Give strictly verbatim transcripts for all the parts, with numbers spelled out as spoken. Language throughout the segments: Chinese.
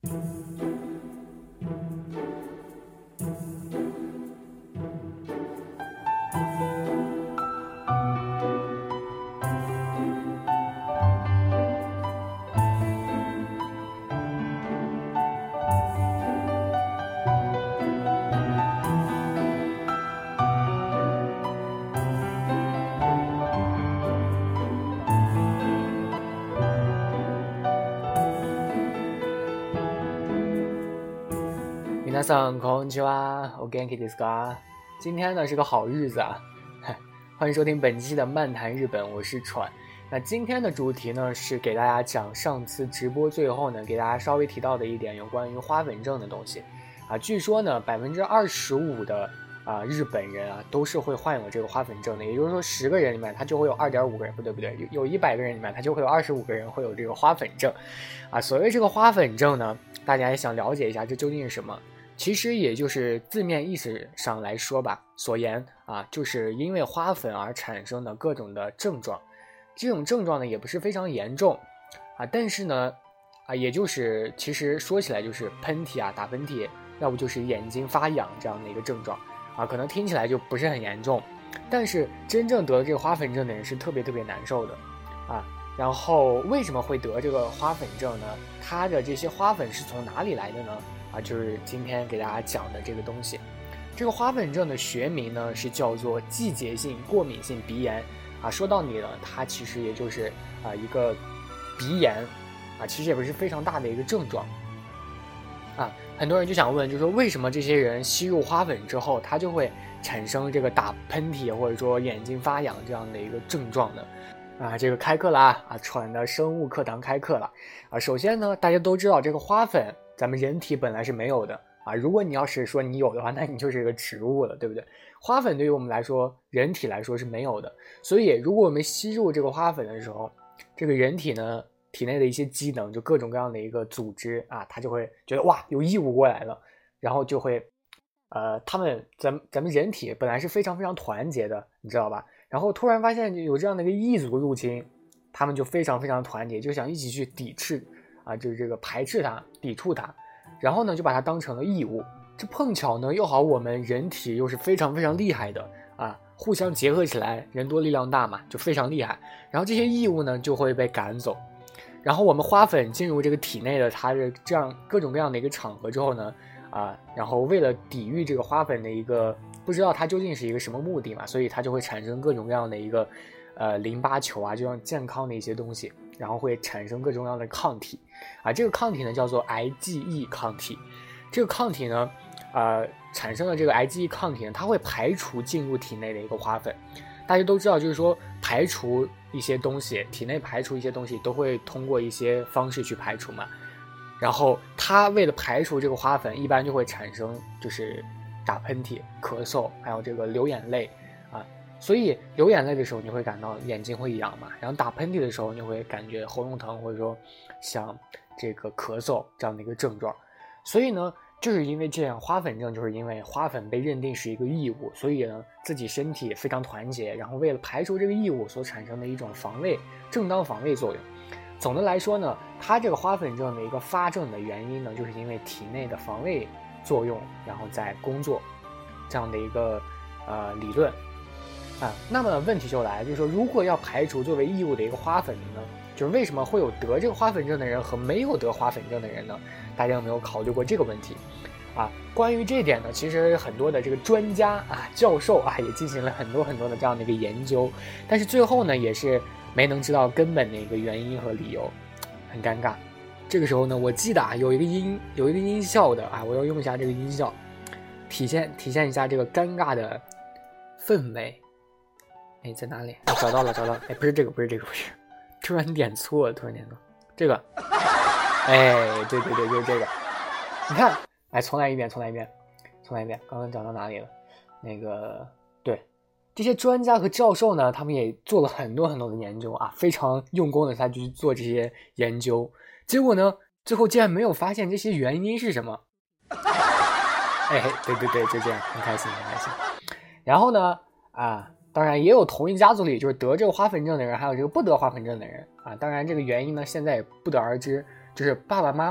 皆さんこんにちは，お元気ですか？今天呢是个好日子啊，欢迎收听本期的漫谈日本，我是川。那今天的主题呢是给大家讲上次直播最后呢给大家稍微提到的一点有关于花粉症的东西啊。据说呢百分之二十五的啊日本人啊都是会患有这个花粉症的，也就是说十个人里面他就会有二点五个人，不对不对，有一百个人里面他就会有二十五个人会有这个花粉症啊。所谓这个花粉症呢，大家也想了解一下这究竟是什么？其实也就是字面意思上来说吧，所言啊，就是因为花粉而产生的各种的症状。这种症状呢也不是非常严重啊，但是呢啊，也就是其实说起来就是喷嚏啊、打喷嚏，要不就是眼睛发痒这样的一个症状啊，可能听起来就不是很严重，但是真正得了这个花粉症的人是特别特别难受的啊。然后为什么会得这个花粉症呢？它的这些花粉是从哪里来的呢？啊，就是今天给大家讲的这个东西。这个花粉症的学名呢是叫做季节性过敏性鼻炎啊。说到底呢，它其实也就是啊一个鼻炎啊，其实也不是非常大的一个症状啊。很多人就想问，就是说为什么这些人吸入花粉之后，他就会产生这个打喷嚏或者说眼睛发痒这样的一个症状呢？啊，这个开课了啊，啊，川的生物课堂开课了啊。首先呢，大家都知道这个花粉咱们人体本来是没有的啊，如果你要是说你有的话，那你就是一个植物了，对不对？花粉对于我们来说，人体来说是没有的，所以如果我们吸入这个花粉的时候，这个人体呢体内的一些机能，就各种各样的一个组织啊，它就会觉得哇有异物过来了，然后就会呃，他们咱们咱们人体本来是非常非常团结的，你知道吧？然后突然发现有这样的一个异族入侵，他们就非常非常团结，就想一起去抵制啊，就是这个排斥它、抵触它，然后呢就把它当成了异物。这碰巧呢又好，我们人体又是非常非常厉害的啊，互相结合起来，人多力量大嘛，就非常厉害。然后这些异物呢就会被赶走，然后我们花粉进入这个体内的它的这样各种各样的一个场合之后呢，啊，然后为了抵御这个花粉的一个不知道它究竟是一个什么目的嘛，所以它就会产生各种各样的一个呃淋巴球啊，这样健康的一些东西，然后会产生各种各样的抗体啊。这个抗体呢叫做 I G E 抗体，这个抗体呢，呃，产生的这个 I G E 抗体呢，它会排除进入体内的一个花粉。大家都知道，就是说排除一些东西，体内排除一些东西都会通过一些方式去排除嘛。然后它为了排除这个花粉，一般就会产生就是打喷嚏、咳嗽，还有这个流眼泪啊。所以流眼泪的时候，你会感到眼睛会痒嘛，然后打喷嚏的时候，你会感觉喉咙疼，或者说像这个咳嗽这样的一个症状。所以呢，就是因为这样，花粉症就是因为花粉被认定是一个异物，所以呢，自己身体非常团结，然后为了排除这个异物所产生的一种防卫、正当防卫作用。总的来说呢，它这个花粉症的一个发症的原因呢，就是因为体内的防卫作用，然后在工作，这样的一个呃理论啊。那么问题就来了，就是说，如果要排除作为异物的一个花粉呢，就是为什么会有得这个花粉症的人和没有得花粉症的人呢？大家有没有考虑过这个问题啊？关于这一点呢，其实很多的这个专家啊、教授啊，也进行了很多很多的这样的一个研究，但是最后呢，也是没能知道根本的一个原因和理由，很尴尬。这个时候呢，我记得啊，有一个音有一个音效的啊，我要用一下这个音效，体现体现一下这个尴尬的氛围。哎，在哪里？哦、找到了，找到了。哎，不是这个，不是这个，不是。突然点错了，突然点错，这个。哎，对对对，就是这个。你看，哎，重来一遍，重来一遍，重来一遍。刚刚讲到哪里了？那个，对。这些专家和教授呢，他们也做了很多很多的研究啊，非常用功的他去做这些研究，结果呢，最后竟然没有发现这些原因是什么。哎，对对对，就这样，很开心，很开心。然后呢，啊，当然也有同一家族里就是得这个花粉症的人，还有这个不得花粉症的人啊。当然这个原因呢，现在也不得而知，就是爸爸妈妈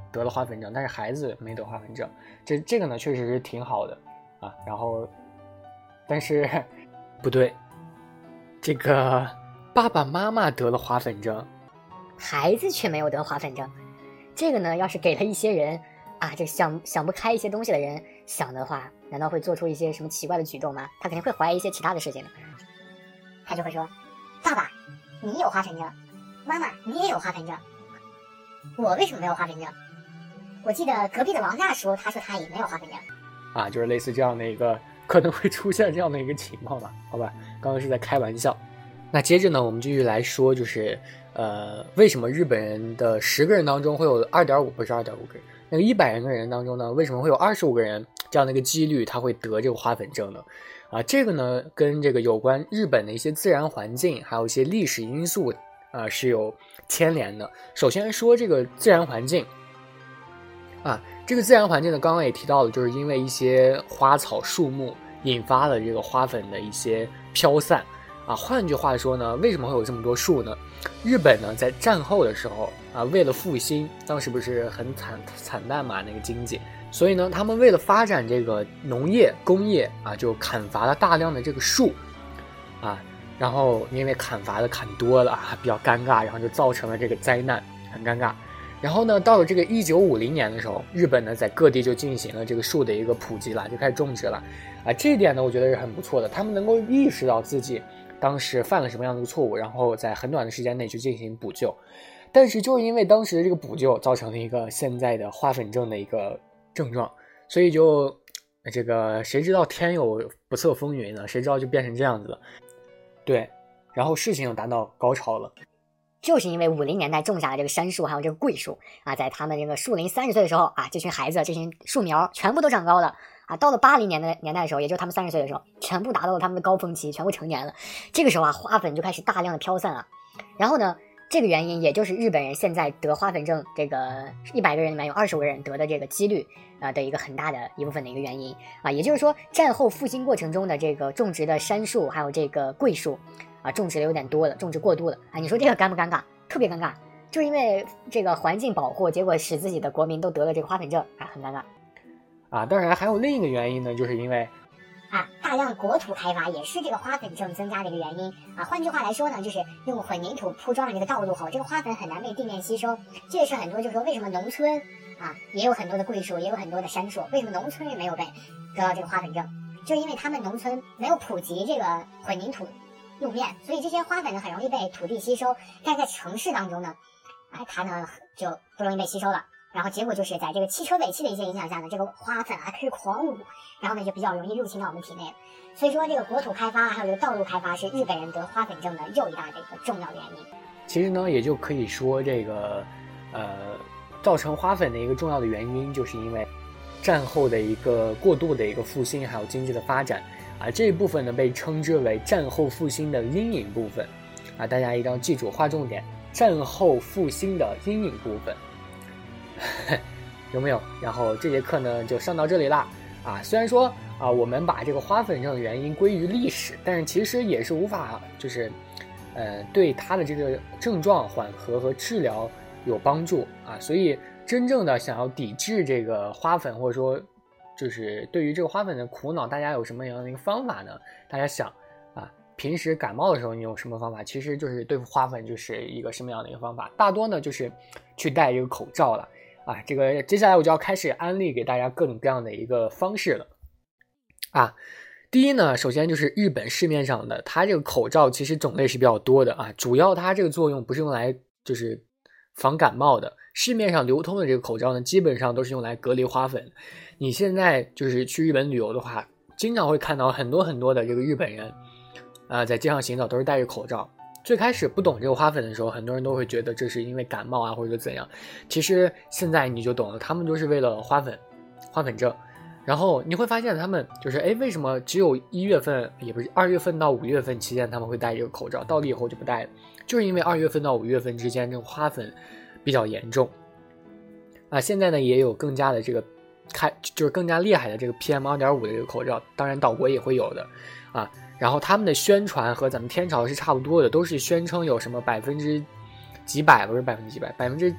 得了花粉症，但是孩子没得花粉症，这这个呢确实是挺好的啊。然后，但是不对，这个爸爸妈妈得了花粉症， 孩子却没有得花粉症，这个呢，要是给了一些人啊，这想想不开一些东西的人想的话，难道会做出一些什么奇怪的举动吗？他肯定会怀疑一些其他的事情的。 他就会说：“爸爸，你有花粉症，妈妈你也有花粉症，我为什么没有花粉症？我记得隔壁的王大叔他说他也没有花粉症。” 啊，就是类似这样的一个可能会出现这样的一个情况吧，好吧，刚刚是在开玩笑。那接着呢，我们继续来说，就是呃，为什么日本人的十个人当中会有二点五不是二点五个人，那个一百人的人当中呢，为什么会有二十五个人这样的一个几率他会得这个花粉症呢？啊，这个呢跟这个有关日本的一些自然环境，还有一些历史因素啊、呃、是有牵连的。首先说这个自然环境啊，这个自然环境呢，刚刚也提到了，就是因为一些花草树木引发了这个花粉的一些飘散啊。换句话说呢，为什么会有这么多树呢？日本呢在战后的时候啊，为了复兴，当时不是很惨惨淡嘛那个经济。所以呢，他们为了发展这个农业、工业啊，就砍伐了大量的这个树，啊，然后因为砍伐的砍多了啊，比较尴尬，然后就造成了这个灾难，很尴尬。然后呢，到了这个一九五零年的时候，日本呢在各地就进行了这个树的一个普及了，就开始种植了，啊，这一点呢，我觉得是很不错的。他们能够意识到自己当时犯了什么样的一个错误，然后在很短的时间内去进行补救。但是就是因为当时的这个补救，造成了一个现在的花粉症的一个症状，所以就这个谁知道天有不测风云呢？谁知道就变成这样子了。对，然后事情又达到高潮了， 就是因为五零年代种下了这个杉树还有这个桂树啊，在他们这个树龄三十岁的时候啊，这群孩子这群树苗全部都长高了啊。到了八零年的年代的时候，也就是他们三十岁的时候，全部达到了他们的高峰期，全部成年了。这个时候啊，花粉就开始大量的飘散了。然后呢，这个原因也就是日本人现在得花粉症这个一百个人里面有二十五个人得的这个几率啊的一个很大的一部分的一个原因啊。也就是说，战后复兴过程中的这个种植的杉树还有这个桂树啊，种植的有点多了，种植过度了啊。你说这个尴不尴尬？特别尴尬，就是因为这个环境保护，结果使自己的国民都得了这个花粉症啊，很尴尬啊。当然还有另一个原因呢，就是因为啊，大量国土开发也是这个花粉症增加的一个原因啊。换句话来说呢，就是用混凝土铺装的这个道路后，这个花粉很难被地面吸收。这也是很多就是说为什么农村啊也有很多的桂树，也有很多的杉树，为什么农村人没有被得到这个花粉症，就是因为他们农村没有普及这个混凝土路面，所以这些花粉呢很容易被土地吸收。但是在城市当中呢，哎，它呢就不容易被吸收了。然后结果就是在这个汽车尾气的一些影响下呢，这个花粉啊开始狂舞，然后呢就比较容易入侵到我们体内。所以说这个国土开发还有这个道路开发是日本人得花粉症的又一大的一个重要的原因。 其实呢，也就可以说这个呃造成花粉的一个重要的原因，就是因为战后的一个过度的一个复兴，还有经济的发展啊，这一部分呢被称之为战后复兴的阴影部分啊，大家一定要记住，划重点，战后复兴的阴影部分。有没有？然后这节课呢就上到这里啦啊！虽然说啊，我们把这个花粉症的原因归于历史，但是其实也是无法就是呃对它的这个症状缓和和治疗有帮助啊。所以真正的想要抵制这个花粉，或者说就是对于这个花粉的苦恼，大家有什么样的一个方法呢？大家想啊，平时感冒的时候你有什么方法？其实就是对付花粉就是一个什么样的一个方法？大多呢就是去戴这个口罩了。啊，这个接下来我就要开始安利给大家各种各样的一个方式了。啊，第一呢，首先就是日本市面上的，它这个口罩其实种类是比较多的啊，主要它这个作用不是用来就是防感冒的，市面上流通的这个口罩呢，基本上都是用来隔离花粉。你现在就是去日本旅游的话，经常会看到很多很多的这个日本人啊，在街上行走都是戴着口罩。最开始不懂这个花粉的时候，很多人都会觉得这是因为感冒啊或者怎样，其实现在你就懂了，他们都是为了花粉花粉症。然后你会发现他们就是哎，为什么只有一月份也不是二月份到五月份期间他们会戴这个口罩，到了以后就不戴了，就是因为二月份到五月份之间这个花粉比较严重啊。现在呢也有更加的这个开就是更加厉害的这个 P M 二点五 的这个口罩，当然岛国也会有的啊。然后他们的宣传和咱们天朝是差不多的，都是宣称有什么百分之几百，不是百分之几百，百分之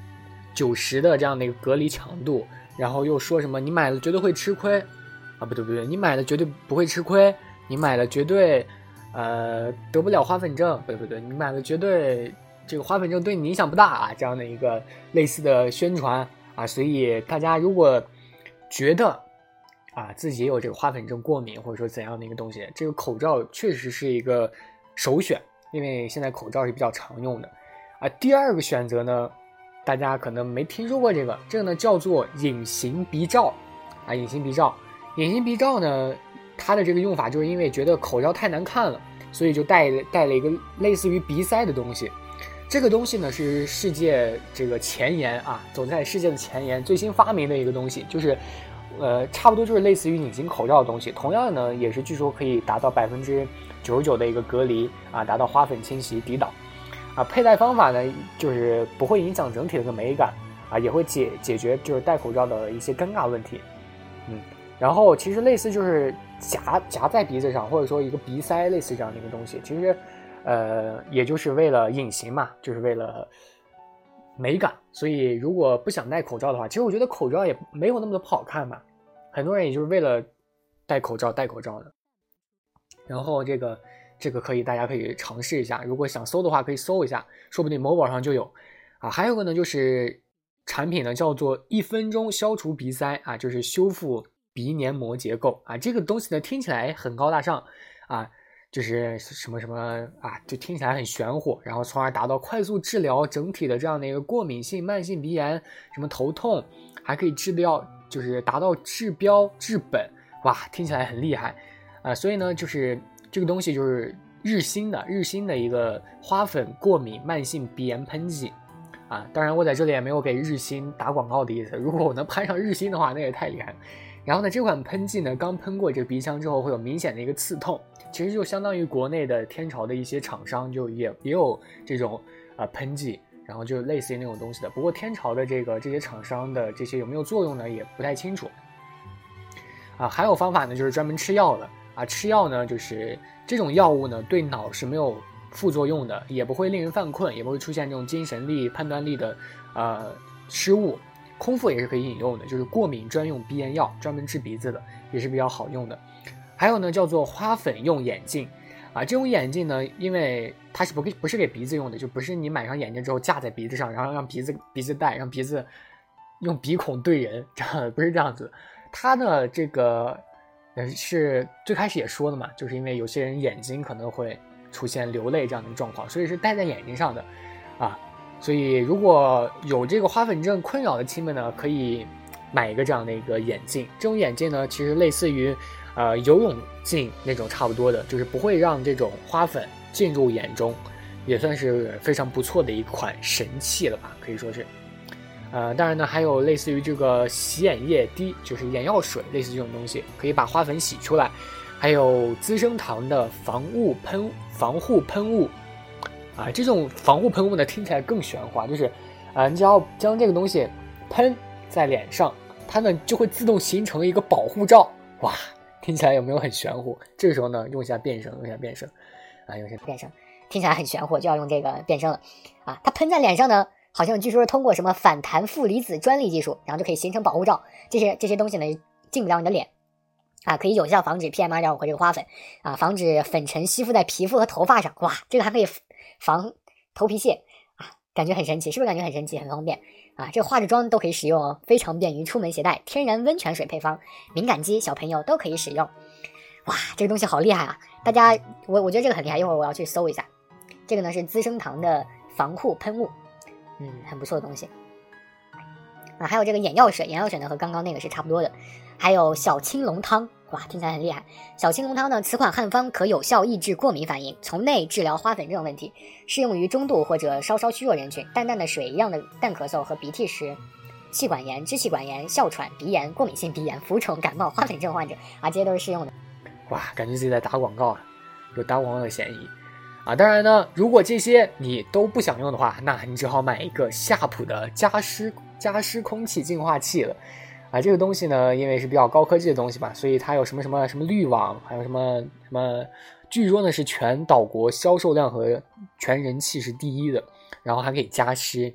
九十的这样的一个隔离强度，然后又说什么你买了绝对会吃亏啊，不对不对，你买了绝对不会吃亏，你买了绝对呃得不了花粉症，不对不对，你买了绝对这个花粉症对你影响不大啊，这样的一个类似的宣传啊，所以大家如果觉得啊自己也有这个花粉症过敏或者说怎样的一个东西，这个口罩确实是一个首选，因为现在口罩是比较常用的啊。第二个选择呢，大家可能没听说过这个，这个呢叫做隐形鼻罩啊，隐形鼻罩，隐形鼻罩呢，它的这个用法就是因为觉得口罩太难看了，所以就带带了一个类似于鼻塞的东西。这个东西呢是世界这个前沿啊，走在世界的前沿，最新发明的一个东西，就是呃差不多就是类似于隐形口罩的东西。同样呢，也是据说可以达到百分之九十九的一个隔离啊，达到花粉侵袭抵挡啊。佩戴方法呢，就是不会影响整体的一个美感啊，也会解解决就是戴口罩的一些尴尬问题。嗯，然后其实类似就是夹夹在鼻子上，或者说一个鼻塞类似这样的一个东西，其实。呃，也就是为了隐形嘛，就是为了美感。所以如果不想戴口罩的话，其实我觉得口罩也没有那么的不好看嘛。很多人也就是为了戴口罩戴口罩的。然后这个这个可以大家可以尝试一下，如果想搜的话可以搜一下，说不定某宝上就有啊。还有个呢就是产品呢叫做一分钟消除鼻塞啊，就是修复鼻黏膜结构啊。这个东西呢听起来很高大上啊。就是什么什么啊，就听起来很玄乎，然后从而达到快速治疗整体的这样的一个过敏性慢性鼻炎，什么头痛，还可以治疗，就是达到治标治本，哇，听起来很厉害啊、呃！所以呢，就是这个东西就是日新的日新的一个花粉过敏慢性鼻炎喷剂啊。当然，我在这里也没有给日新打广告的意思，如果我能攀上日新的话，那也太厉害了。然后呢，这款喷剂呢，刚喷过这个鼻腔之后，会有明显的一个刺痛。其实就相当于国内的天朝的一些厂商就也也有这种呃喷剂，然后就类似于那种东西的。不过天朝的这个这些厂商的这些有没有作用呢，也不太清楚。啊，还有方法呢，就是专门吃药的啊。吃药呢，就是这种药物呢，对脑是没有副作用的，也不会令人犯困，也不会出现这种精神力、判断力的呃失误。空腹也是可以饮用的，就是过敏专用鼻炎药，专门治鼻子的，也是比较好用的。还有呢，叫做花粉用眼镜啊，这种眼镜呢，因为它是不给不是给鼻子用的，就不是你买上眼镜之后架在鼻子上，然后让鼻子鼻子戴，让鼻子用鼻孔对人，这样不是这样子。它呢，这个呃是最开始也说的嘛，就是因为有些人眼睛可能会出现流泪这样的状况，所以是戴在眼睛上的啊。所以如果有这个花粉症困扰的亲们呢，可以买一个这样的一个眼镜。这种眼镜呢，其实类似于呃游泳镜那种差不多的，就是不会让这种花粉进入眼中，也算是非常不错的一款神器了吧，可以说是。呃，当然呢，还有类似于这个洗眼液滴，就是眼药水，类似这种东西，可以把花粉洗出来。还有资生堂的防雾喷防护喷雾。啊，这种防护喷雾呢，听起来更玄幻，就是，啊、呃，你只要将这个东西喷在脸上，它呢就会自动形成一个保护罩。哇，听起来有没有很玄乎？这个时候呢，用一下变声，用一下变声，啊，用一下变声，听起来很玄乎，就要用这个变声了。啊，它喷在脸上呢，好像据说是通过什么反弹负离子专利技术，然后就可以形成保护罩。这些这些东西呢，进不了你的脸。啊，可以有效防止 P M 二点五 和这个花粉啊，防止粉尘吸附在皮肤和头发上。哇，这个还可以防头皮屑啊，感觉很神奇，是不是感觉很神奇，很方便啊？这个化着妆都可以使用哦，非常便于出门携带，天然温泉水配方，敏感肌小朋友都可以使用。哇，这个东西好厉害啊！大家，我我觉得这个很厉害，一会儿我要去搜一下。这个呢是资生堂的防护喷雾，嗯，很不错的东西啊。还有这个眼药水，眼药水呢和刚刚那个是差不多的。还有小青龙汤，哇，听起来很厉害。小青龙汤呢，此款汉方可有效抑制过敏反应，从内治疗花粉症问题，适用于中度或者稍稍虚弱人群。淡淡的水一样的淡咳嗽和鼻涕时，气管炎、支气管炎、哮喘、鼻炎、过敏性鼻炎、浮肿、感冒、花粉症患者啊，这些都是适用的。 哇，感觉自己在打广告啊，有打广告的嫌疑啊。当然呢，如果这些你都不想用的话，那你只好买一个夏普的加湿加湿空气净化器了。啊，这个东西呢，因为是比较高科技的东西吧，所以它有什么什么什么滤网，还有什么什么，据说呢是全岛国销售量和全人气是第一的，然后还可以加湿，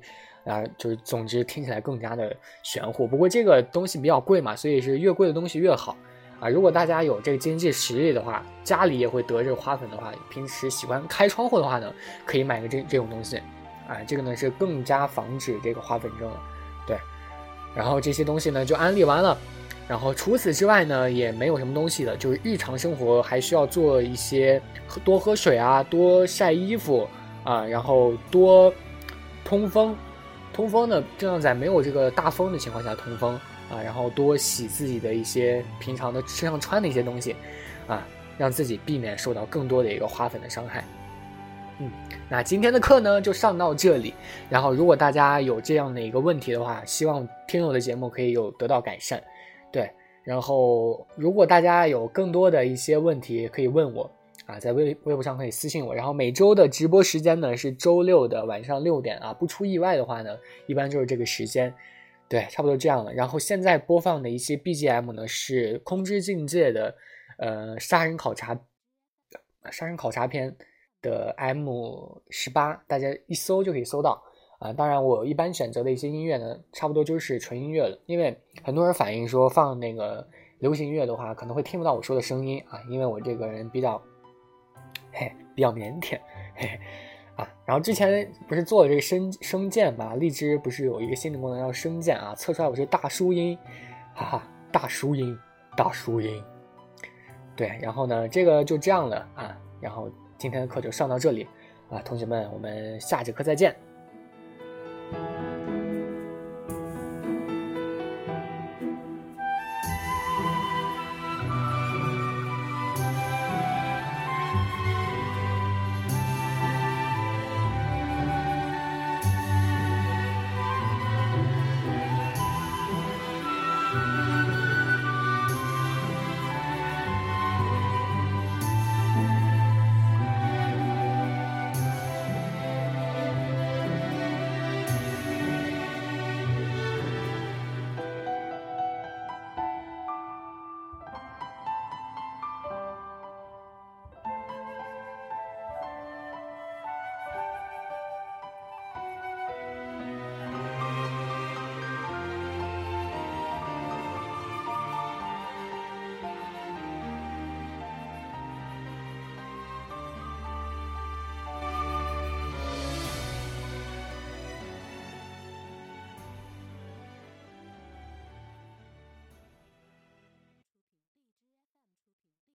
啊，就是总之听起来更加的玄乎。不过这个东西比较贵嘛，所以是越贵的东西越好啊。如果大家有这个经济实力的话，家里也会得这个花粉的话，平时喜欢开窗户的话呢，可以买个这这种东西啊。这个呢是更加防止这个花粉症了，对。然后这些东西呢就安利完了。然后除此之外呢，也没有什么东西的，就是日常生活还需要做一些多喝水啊，多晒衣服啊，然后多通风。通风呢，尽量在没有这个大风的情况下通风啊，然后多洗自己的一些平常的身上穿的一些东西啊，让自己避免受到更多的一个花粉的伤害。嗯，那今天的课呢就上到这里。然后如果大家有这样的一个问题的话，希望听我的节目可以有得到改善。对，然后如果大家有更多的一些问题可以问我啊，在微微博上可以私信我。然后每周的直播时间呢是周六的晚上六点啊，不出意外的话呢，一般就是这个时间。对，差不多这样了。然后现在播放的一些 B G M 呢是空之境界的呃杀人考察杀人考察篇的 M 十八， 大家一搜就可以搜到啊。当然我一般选择的一些音乐呢差不多就是纯音乐了，因为很多人反映说放那个流行音乐的话可能会听不到我说的声音啊，因为我这个人比较嘿比较腼腆嘿啊。然后之前不是做了这个声声键嘛，荔枝不是有一个新的功能叫声键啊，测出来我是大输音，哈哈，大输音大输音。对，然后呢这个就这样了啊，然后今天的课就上到这里啊，同学们我们下节课再见。